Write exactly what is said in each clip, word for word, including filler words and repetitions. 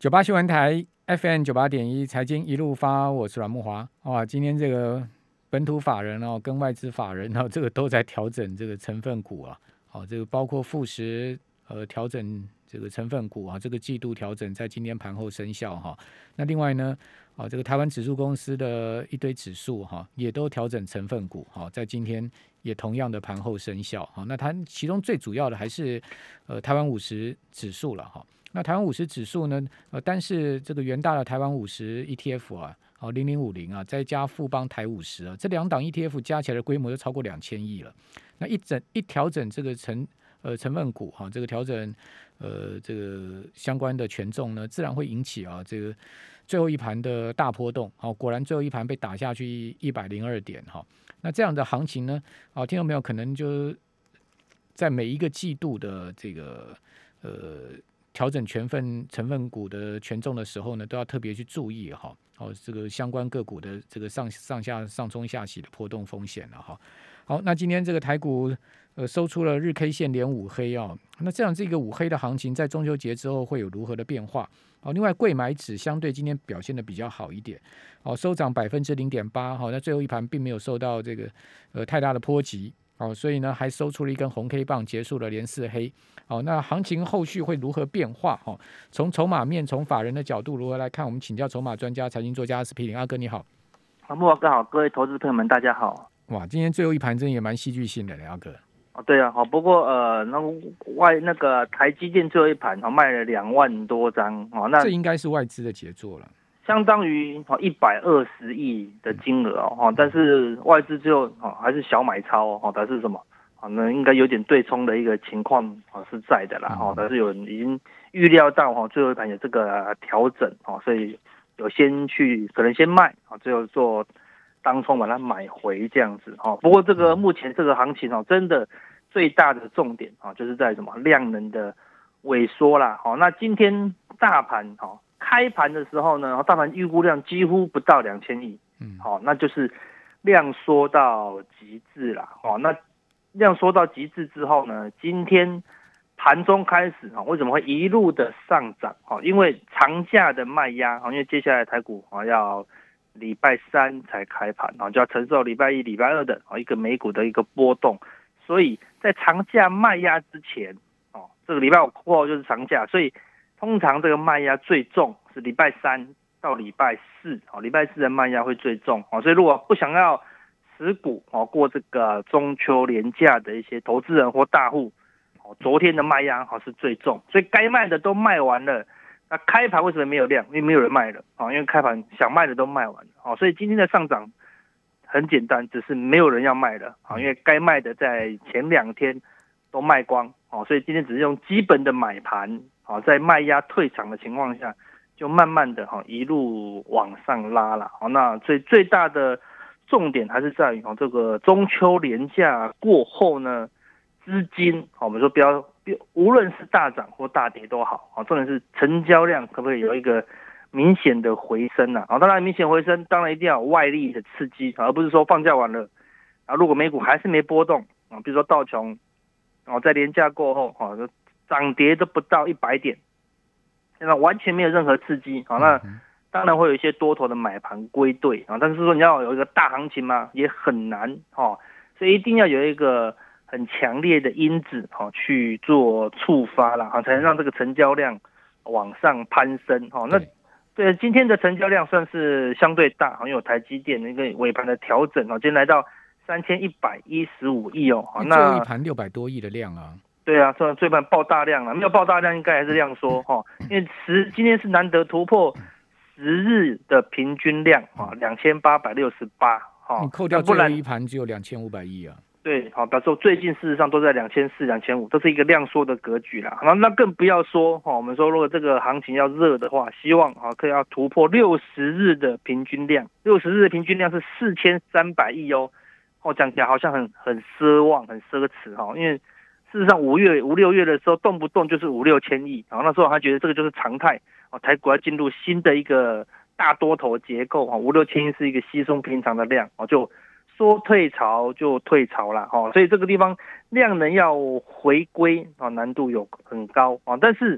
九八新闻台 F M 九八点一财经一路发，我是阮慕骅。哇，今天这个本土法人哦，跟外资法人哦，这个都在调整这个成分股啊。好、哦，这个包括富时呃调整这个成分股啊，这个季度调整在今天盘后生效哈、哦。那另外呢，啊、哦，这个台湾指数公司的一堆指数哈、哦，也都调整成分股，好、哦，在今天也同样的盘后生效。好、哦，那它其中最主要的还是呃台湾五十指数了哈。哦，那台湾五十指数呢？呃，但是这个元大的台湾五十 E T F 啊，哦零零五零啊，再加富邦台五十啊，这两档 E T F 加起来的规模就超过两千亿了。那一整一调整这个成呃成分股哈、啊，这个调整呃这个相关的权重呢，自然会引起啊这个最后一盘的大波动。好、啊，果然最后一盘被打下去一百零二点哈、啊。那这样的行情呢，啊，听到没有？可能就在每一个季度的这个呃。调整权份成分股的权重的时候呢，都要特别去注意哈，好、哦，这个相关个股的这个上上下上冲下洗的波动风险了哈。好，那今天这个台股呃收出了日 K 线连五黑啊，那这样这个五黑的行情在中秋节之后会有如何的变化？好，另外贵买指相对今天表现的比较好一点，好，收涨百分之零点八，好，那最后一盘并没有受到这个呃太大的波及。好，所以呢，还收出了一根红 K 棒，结束了连四黑。好，那行情后续会如何变化？哈，从筹码面，从法人的角度如何来看？我们请教筹码专家、财经作家阿司匹林阿哥，你好。 慕骅哥好，各位投资朋友们，大家好。 哇，今天最后一盘真也蛮戏剧性的，阿哥。 哦，对啊，好，不过呃，那外那个台积电最后一盘哦卖了两万多张哦，那这应该是外资的杰作了。 相当于哦一百二十亿的金额哦，但是外资最后哦还是小买超哦，但是什么？哦，那应该有点对冲的一个情况哦是在的啦哦，但是有人已经预料到哦最后一盘有这个调整哦，所以有先去可能先卖啊，最后做当冲把它买回这样子哦。不过这个目前这个行情哦，真的最大的重点啊就是在什么量能的萎缩啦。哦，那今天大盘哦。开盘的时候呢，大盘预估量几乎不到两千亿，嗯，好、哦，那就是量缩到极致啦，哦，那量缩到极致之后呢，今天盘中开始啊、哦，为什么会一路的上涨？哦，因为长假的卖压，哦，因为接下来台股啊、哦、要礼拜三才开盘，啊、哦，就要承受礼拜一、礼拜二的哦一个美股的一个波动，所以在长假卖压之前，哦，这个礼拜五过后就是长假，所以。通常这个卖压最重是礼拜三到礼拜四，哦，礼拜四的卖压会最重，哦，所以如果不想要持股哦过这个中秋连假的一些投资人或大户，哦，昨天的卖压哦是最重，所以该卖的都卖完了，那开盘为什么没有量？因为没有人卖了，哦，因为开盘想卖的都卖完了，哦，所以今天的上涨很简单，只是没有人要卖了，啊，因为该卖的在前两天都卖光，哦，所以今天只是用基本的买盘。好，在卖压退场的情况下，就慢慢的哈一路往上拉了。好，那最最大的重点还是在于哦，这个中秋连假过后呢，资金，好，我们说不要，无论是大涨或大跌都好，好，重点是成交量可不可以有一个明显的回升啊？好，当然明显回升，当然一定要有外力的刺激，而不是说放假完了，啊，如果美股还是没波动啊，比如说道琼，哦，在连假过后，哈，涨跌都不到一百点，那完全没有任何刺激，好，那当然会有一些多头的买盘归队啊，但是说你要有一个大行情嘛，也很难哦，所以一定要有一个很强烈的因子哦去做触发啦，才能让这个成交量往上攀升哦。那对今天的成交量算是相对大，因为有台积电那个尾盘的调整哦，今天来到三千一百一十五亿哦， 那最后一盘六百多亿的量啊。 对啊，这最盘爆大量了，没有爆大量应该还是量缩哈，因为十今天是难得突破十日的平均量啊，两千八百六十八哈， 你扣掉最后一盘只有两千五百亿啊。 对，好，表示最近事实上都在两千四、两千五，这是一个量缩的格局啦。那那更不要说哈，我们说如果这个行情要热的话，希望哈可以要突破六十日的平均量，六十日的平均量是四千三百亿哦，哦讲起来好像很很奢望、很奢侈哈，因为。事实上，五月、五六月的时候，动不动就是五六千亿，然后那时候他觉得这个就是常态，哦，台股要进入新的一个大多头结构，哈，五六千亿是一个稀松平常的量，哦，就说退潮就退潮了，哦，所以这个地方量能要回归，哦，难度有很高，哦，但是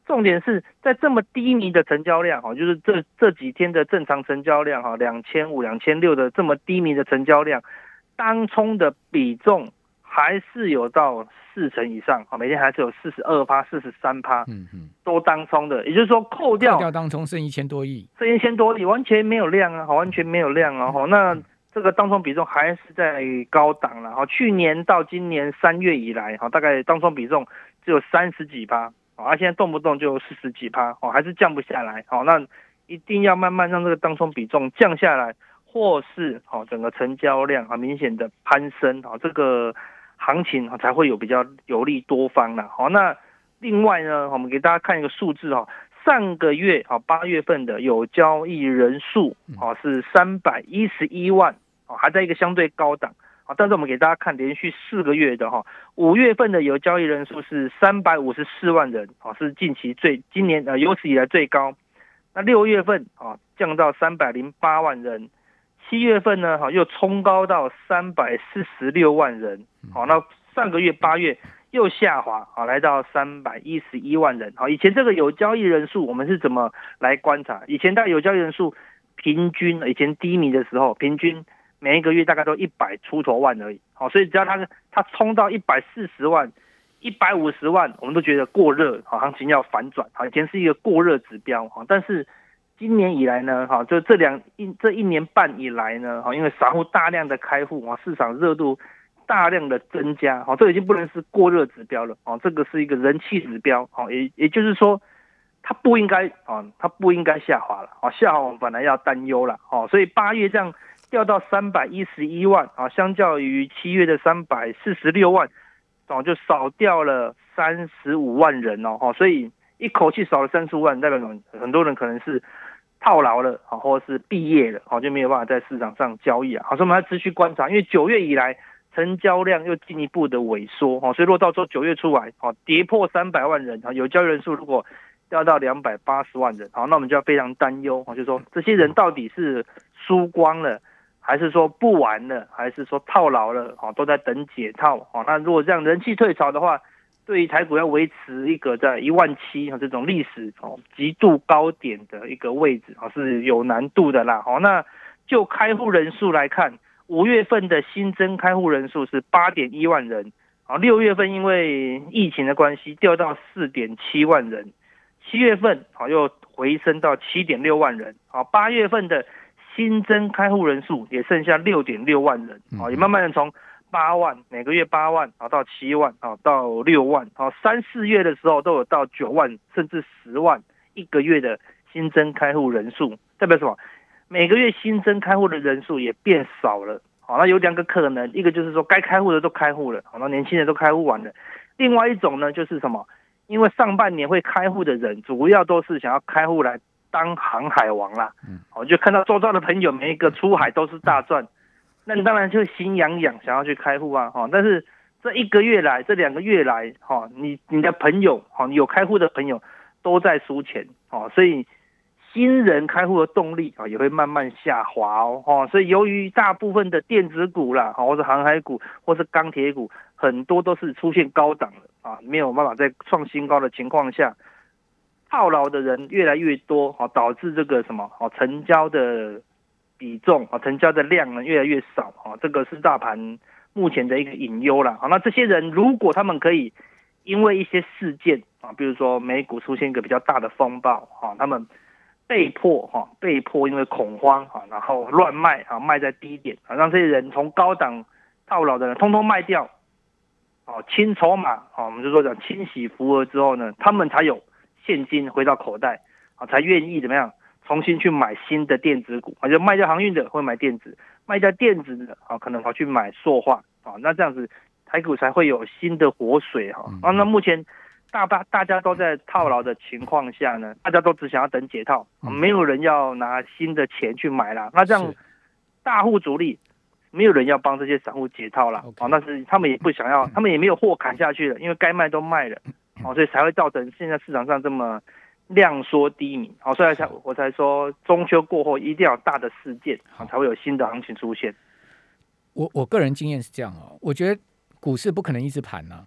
重点是在这么低迷的成交量，就是这这几天的正常成交量两千五、两千六的这么低迷的成交量，当冲的比重还是有到四成以上，每天还是有四十二趴、四十三趴，嗯嗯，都当冲的，也就是说扣掉扣掉当冲剩一千多亿， 剩一千多亿，完全没有量啊，完全没有量啊，嗯、那这个当冲比重还是在高档了，去年到今年三月以来，大概当冲比重只有三十几趴。啊，现在动不动就四十几趴，哦，还是降不下来，好，那一定要慢慢让这个当冲比重降下来，或是好整个成交量啊明显的攀升，啊，这个行情才会有比较有利多方啦。好，那另外呢，我们给大家看一个数字哈，上个月啊八月份的有交易人数啊是三百一十一万，啊，还在一个相对高档。但是我们给大家看连续四个月的哈，五月份的有交易人数是三百五十四万人，是近期最今年呃有史以来最高。那六月份啊降到三百零八万人，七月份呢哈又冲高到三百四十六万人，好，那上个月八月又下滑啊来到三百一十一万人。好，以前这个有交易人数我们是怎么来观察？以前大概有交易人数平均以前低迷的时候平均。每一个月大概都一百出头万而已，好，所以只要它它冲到一百四十万、一百五十万，我们都觉得过热，好，行情要反转，好，以前是一个过热指标，好，但是今年以来呢，好，就这两一这一年半以来呢，好，因为散户大量的开户，啊，市场热度大量的增加，好，这已经不能是过热指标了，哦，这个是一个人气指标，好，也也就是说，它不应该啊，它不应该下滑了，啊，下滑我们本来要担忧了，哦，所以八月这样。掉到三百一十一万啊，相较于七月的三百四十六万，哦，就少掉了三十五万人哦，所以一口气少了三十五万，代表很多人可能是套牢了啊，或者是毕业了，就没有办法在市场上交易啊。好，所以我们要持续观察，因为九月以来成交量又进一步的萎缩，所以如果到时候九月出来，跌破三百万人，有交易人数如果掉到两百八十万人，好，那我们就要非常担忧，就是说这些人到底是输光了。还是说不玩了，还是说套牢了，都在等解套。那如果这样人气退潮的话，对于台股要维持一个在一万七这种历史极度高点的一个位置是有难度的啦。那就开户人数来看，五月份的新增开户人数是八点一万人，六月份因为疫情的关系掉到四点七万人，七月份又回升到七点六万人，八月份的新增开户人数也剩下六点六万人，也慢慢的从八万每个月八万到七万到六万，三四月的时候都有到九万甚至十万一个月的新增开户人数，代表什么？每个月新增开户的人数也变少了。那有两个可能，一个就是说该开户的都开户了，那年轻人都开户完了。另外一种呢就是什么？因为上半年会开户的人主要都是想要开户来当航海王啦，我就看到周遭的朋友每一个出海都是大赚，那你当然就心痒痒想要去开户啊，但是这一个月来这两个月来你你的朋友你有开户的朋友都在输钱，所以新人开户的动力也会慢慢下滑哦，所以由于大部分的电子股啦，或是航海股或是钢铁股很多都是出现高档的，没有办法在创新高的情况下，套牢的人越来越多，导致这个什么成交的比重、成交的量呢越来越少，这个是大盘目前的一个隐忧啦。那这些人如果他们可以因为一些事件，比如说美股出现一个比较大的风暴，他们被迫被迫因为恐慌，然后乱卖，卖在低点，让这些人从高档套牢的人通通卖掉，清筹码，我们就说讲清洗浮额之后呢，他们才有现金回到口袋，才愿意怎么样重新去买新的电子股，就卖掉航运的会买电子，卖掉电子的可能跑去买塑化，那这样子台股才会有新的活水。那目前大大大家都在套牢的情况下呢，大家都只想要等解套，没有人要拿新的钱去买啦。那这样大户主力没有人要帮这些散户解套啦，但是他们也不想要，他们也没有货砍下去了，因为该卖都卖了，所以才会造成现在市场上这么量缩低迷，好，所以才我才说中秋过后一定要有大的事件，才会有新的行情出现。 我我个人经验是这样哦，我觉得股市不可能一直盘啊，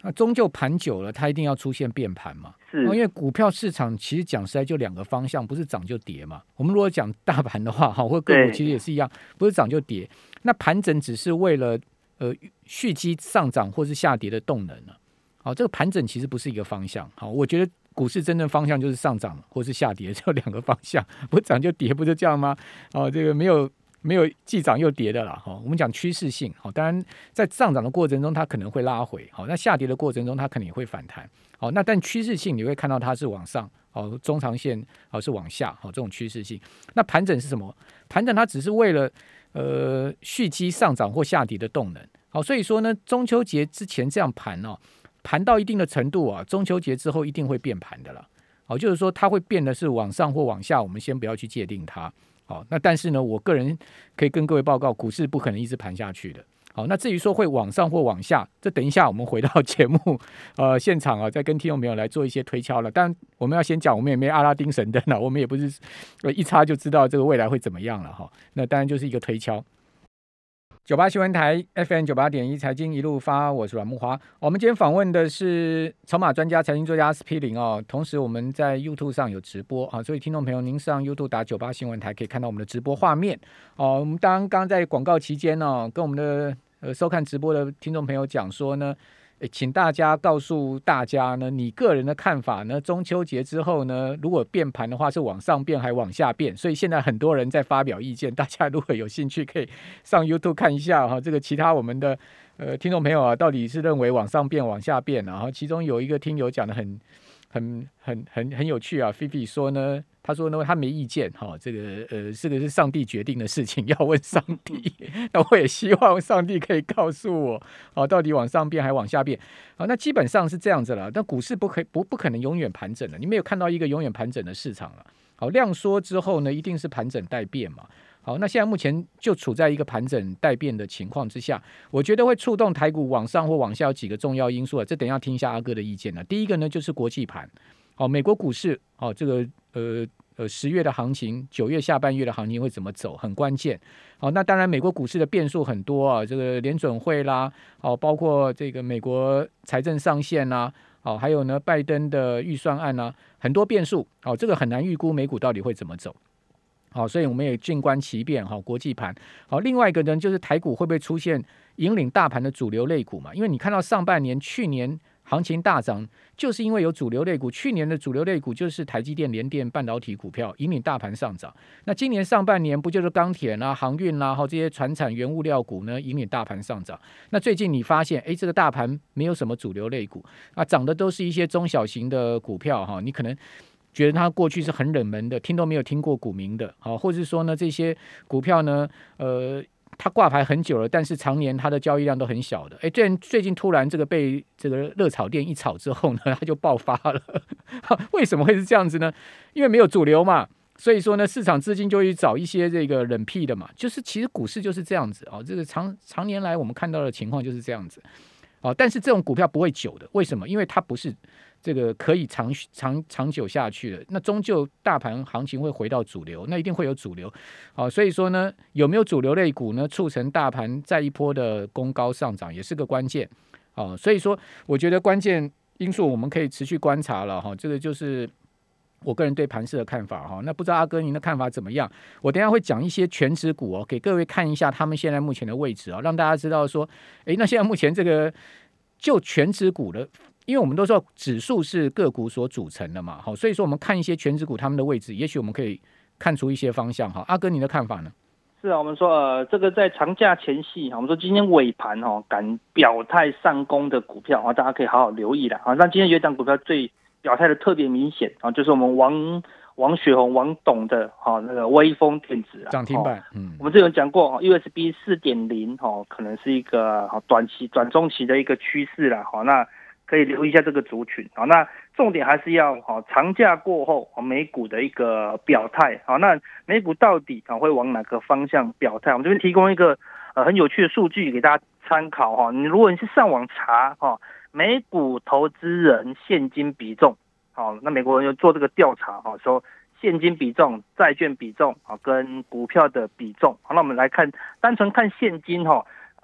那终究盘久了，它一定要出现变盘嘛。 是， 因为股票市场其实讲实在就两个方向，不是涨就跌嘛。我们如果讲大盘的话，或个股其实也是一样，不是涨就跌。那盘整只是为了呃蓄积上涨或是下跌的动能了。好，这个盘整其实不是一个方向。好，我觉得股市真正方向就是上涨或是下跌，就两个方向，不涨就跌，不就这样吗？哦，这个没有。没有既涨又跌的啦，我们讲趋势性，当然在上涨的过程中它可能会拉回，那下跌的过程中它可能也会反弹，那但趋势性你会看到它是往上，中长线是往下，这种趋势性。那盘整是什么？盘整它只是为了呃蓄积上涨或下跌的动能，所以说呢，中秋节之前这样盘哦，盘到一定的程度啊，中秋节之后一定会变盘的啦，就是说它会变的是往上或往下，我们先不要去界定它。好，那但是呢，我个人可以跟各位报告，股市不可能一直盘下去的。好，那至于说会往上或往下，这等一下我们回到节目呃现场啊，再跟听众朋友来做一些推敲了。但我们要先讲，我们也没阿拉丁神灯了，我们也不是一插就知道这个未来会怎么样了哈。那当然就是一个推敲。九八新闻台 F M 九八点一财经一路发，我是阮慕骅。我们今天访问的是筹码专家、财经作家斯皮林哦。同时我们在 YouTube 上有直播啊，所以听众朋友您上 YouTube 打九八新闻台可以看到我们的直播画面哦。我们当刚刚在广告期间呢、哦，跟我们的呃收看直播的听众朋友讲说呢。请大家告诉大家呢，你个人的看法呢？中秋节之后呢，如果变盘的话，是往上变还往下变？所以现在很多人在发表意见，大家如果有兴趣，可以上 YouTube 看一下哈。这个其他我们的呃听众朋友啊，到底是认为往上变、往下变？然后其中有一个听友讲的很、很、很、很很有趣啊。菲菲说呢。他说呢，他没意见哈、哦，这个呃，这个是上帝决定的事情，要问上帝。那我也希望上帝可以告诉我，哦，到底往上变还往下变？好，那基本上是这样子了。但股市不可不不可能永远盘整了，你没有看到一个永远盘整的市场了。好，量缩之后呢，一定是盘整待变嘛。好，那现在目前就处在一个盘整待变的情况之下，我觉得会触动台股往上或往下有几个重要因素啊。这等一下听一下阿哥的意见了。第一个呢，就是国际盘。好，美国股市，好，这个呃呃十月的行情，九月下半月的行情会怎么走，很关键。好，那当然美国股市的变数很多啊，这个联准会啦，好，包括这个美国财政上限啦，好，还有呢拜登的预算案啦，很多变数。好，这个很难预估美股到底会怎么走。好，所以我们也静观其变。好，国际盘。好，另外一个呢，就是台股会不会出现引领大盘的主流类股嘛？因为你看到上半年去年。行情大涨，就是因为有主流类股。去年的主流类股就是台积电、联电、半导体股票引领大盘上涨。那今年上半年不就是钢铁啦、航运啦，这些传产原物料股呢引领大盘上涨。那最近你发现，哎，这个大盘没有什么主流类股啊，涨的都是一些中小型的股票哈。你可能觉得它过去是很冷门的，听都没有听过股名的，好，或者是说呢这些股票呢，呃。它挂牌很久了，但是常年它的交易量都很小的。哎，最最近突然这个被这个热炒店一炒之后呢，它就爆发了。为什么会是这样子呢？因为没有主流嘛，所以说呢，市场资金就去找一些这个冷僻的嘛。就是其实股市就是这样子哦，这个长长年来我们看到的情况就是这样子。哦，但是这种股票不会久的，为什么？因为它不是这个可以长长长久下去的。那终究大盘行情会回到主流，那一定会有主流。哦，所以说呢，有没有主流类股呢，促成大盘再一波的攻高上涨，也是个关键。哦，所以说我觉得关键因素我们可以持续观察了哈、哦，这个就是我个人对盘势的看法哈。那不知道阿哥您的看法怎么样？我等一下会讲一些全指股哦，给各位看一下他们现在目前的位置啊、哦，让大家知道说，哎，那现在目前这个就全指股的，因为我们都说指数是个股所组成的嘛，好，所以说我们看一些全指股他们的位置，也许我们可以看出一些方向哈。阿哥，你的看法呢？ 是啊，我们说呃，这个在长假前夕，我们说今天尾盘哈、哦，敢表态上攻的股票啊，大家可以好好留意了啊。那今天有一档股票最表态的特别明显啊，就是我们王王雪红王董的哈、哦、那个威锋电子啊， 涨停板。 嗯，我们之前有讲过 U S B 四点零 哈，可能是一个好短期、短中期的一个趋势啦。好，那可以留意一下这个族群。好，那重点还是要好长假过后美股的一个表态。好，那美股到底啊会往哪个方向表态？我们这边提供一个呃很有趣的数据给大家参考哈。你如果你是上网查哈美股投资人现金比重，好，那美国人有做这个调查哈，说现金比重、债券比重啊跟股票的比重。好，那我们来看单纯看现金哈。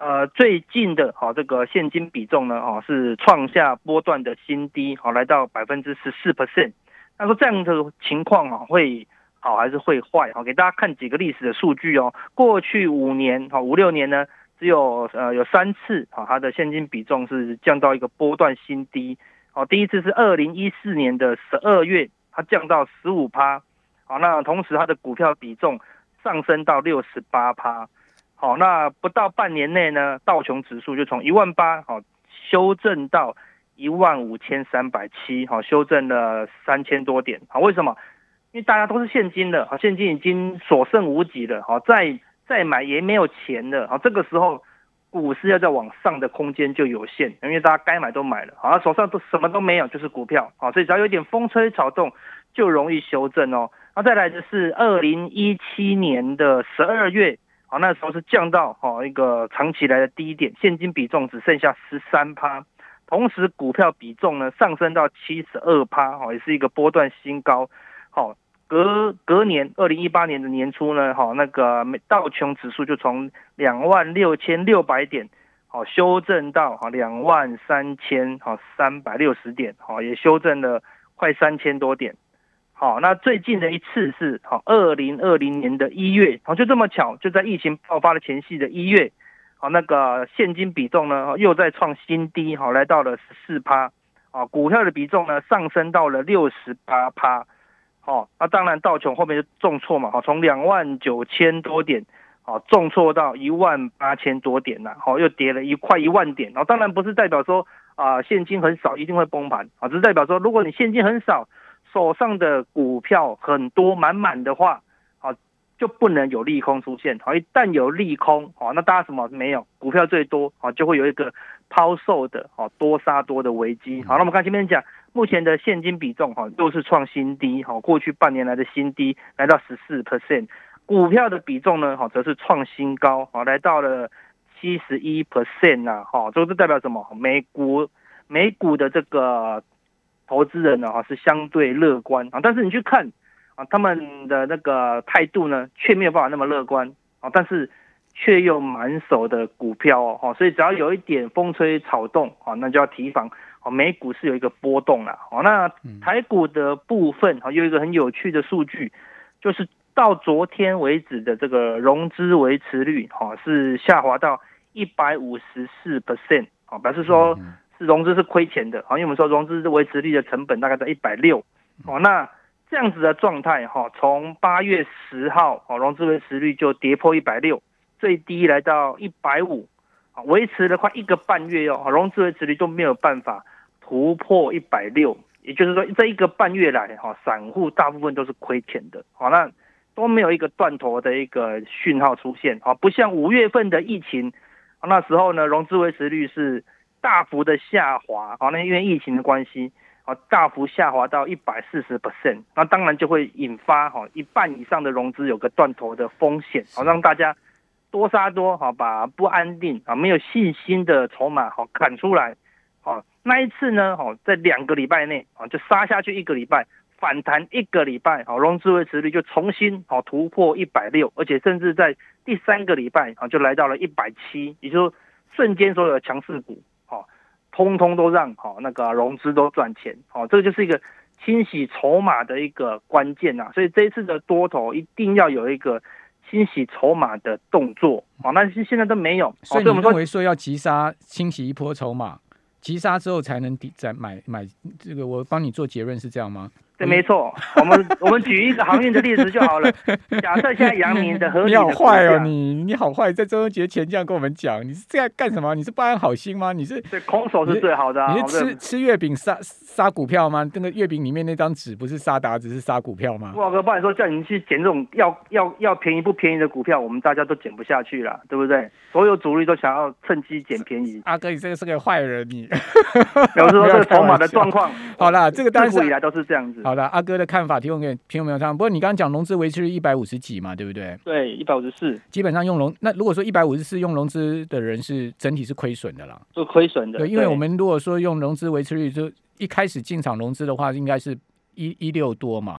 呃最近的哈、哦、这个现金比重呢哦是创下波段的新低，好、哦、来到百分之十四 percent。那说这样的情况啊会好还是会坏？好，给大家看几个历史的数据哦。过去五年好五六年呢，只有呃有三次好它的现金比重是降到一个波段新低。好，第一次是二零一四年的十二月，它降到十五趴。好，那同时它的股票比重上升到六十八趴。好，那不到半年内呢，道琼指数就从一万八好修正到一万五千三百七，好，修正了三千多点。好，为什么？因为大家都是现金的，好，现金已经所剩无几了，好，再再买也没有钱了，好，这个时候股市要再往上的空间就有限，因为大家该买都买了，好，手上都什么都没有，就是股票，好，所以只要有点风吹草动就容易修正哦。那再来的是二零一七年的十二月。好，那时候是降到好一个长期来的低点，现金比重只剩下十三趴，同时股票比重呢上升到七十二趴，好，也是一个波段新高。好，隔隔年二零一八年的年初呢，好那个道琼指数就从两万六千六百点，好修正到好两万三千好三百六十点，好也修正了快三千多点。好，那最近的一次是好，二零二零年的一月，好，就这么巧，就在疫情爆发的前夕的一月，好，那个现金比重呢又再创新低，好，来到了十四趴，啊，股票的比重呢上升到了六十八趴，好，那当然道琼后面就重挫嘛，好，从两万九千多点，好，重挫到一万八千多点呐，好，又跌了一快一万点，然后当然不是代表说啊、呃、现金很少一定会崩盘，啊，只是代表说如果你现金很少。手上的股票很多满满的话，好就不能有利空出现。好，一旦有利空，好那大家什么没有？股票最多，好就会有一个抛售的，好多杀多的危机。好，那我们看前面讲，目前的现金比重，好又是创新低，好过去半年来的新低，来到 百分之十四。股票的比重呢，好则是创新高，好来到了 百分之七十一 啊，好这个代表什么？美股美股的这个。投资人呢是相对乐观啊，但是你去看啊，他们的那个态度呢，却没有办法那么乐观啊，但是却又满手的股票哦，所以只要有一点风吹草动啊，那就要提防哦，美股是有一个波动啦。哦，那台股的部分啊，有一个很有趣的数据，就是到昨天为止的这个融资维持率哈是下滑到一百五十四 percent， 啊，表示说。融资是亏钱的，好，因为我们说融资维持率的成本大概在一百六十，哦，那这样子的状态，哈，从八月十号，哦，融资维持率就跌破一百六十，最低来到一百五十，维持了快一个半月哦，融资维持率都没有办法突破一百六十，也就是说这一个半月来，哈，散户大部分都是亏钱的，好，那都没有一个断头的一个讯号出现，好，不像五月份的疫情，那时候呢，融资维持率是。大幅的下滑，好，那因为疫情的关系，好，大幅下滑到一百四十 percent， 那当然就会引发哈一半以上的融资有个断头的风险，好，让大家多杀多，好，把不安定啊没有信心的筹码好砍出来，好，那一次呢，好，在两个礼拜内啊就杀下去一个礼拜，反弹一个礼拜，好，融资维持率就重新好突破一百六十，而且甚至在第三个礼拜啊就来到了一百七十，也就是说瞬间所有的强势股。通通都让好那个融资都赚钱，好，这个就是一个清洗筹码的一个关键啊，所以这一次的多头一定要有一个清洗筹码的动作，好，那现在都没有， 所以你认为说要急杀清洗一波筹码，急杀之后才能再买买这个，我帮你做结论是这样吗？ 对，没错，我们我们举一个航运的例子就好了。假设现在阳明的合理的股价， 你好坏哦，你你好坏，在中秋节前这样跟我们讲，你是这样干什么？你是不安好心吗？你是对空手是最好的、啊， 你是吃吃月饼杀杀股票吗？那个月饼里面那张纸不是杀达子，是杀股票吗？ 哇哥，不然说叫你去捡这种要要要便宜不便宜的股票，我们大家都捡不下去了，对不对？所有主力都想要趁机捡便宜。 阿哥，你这个是个坏人，你。 有时候这个筹码的状况， 好啦，这个当然自古以来都是这样子。 好了，阿哥的看法提供给听众朋友看。不过你刚刚讲融资维持率一百五十几嘛，对不对？ 对，一百五十四。 基本上用融，那如果说一百五十四用融资的人是整体是亏损的啦， 是亏损的。 对，因为我们如果说用融资维持率，就一开始进场融资的话，应该是一一六多嘛，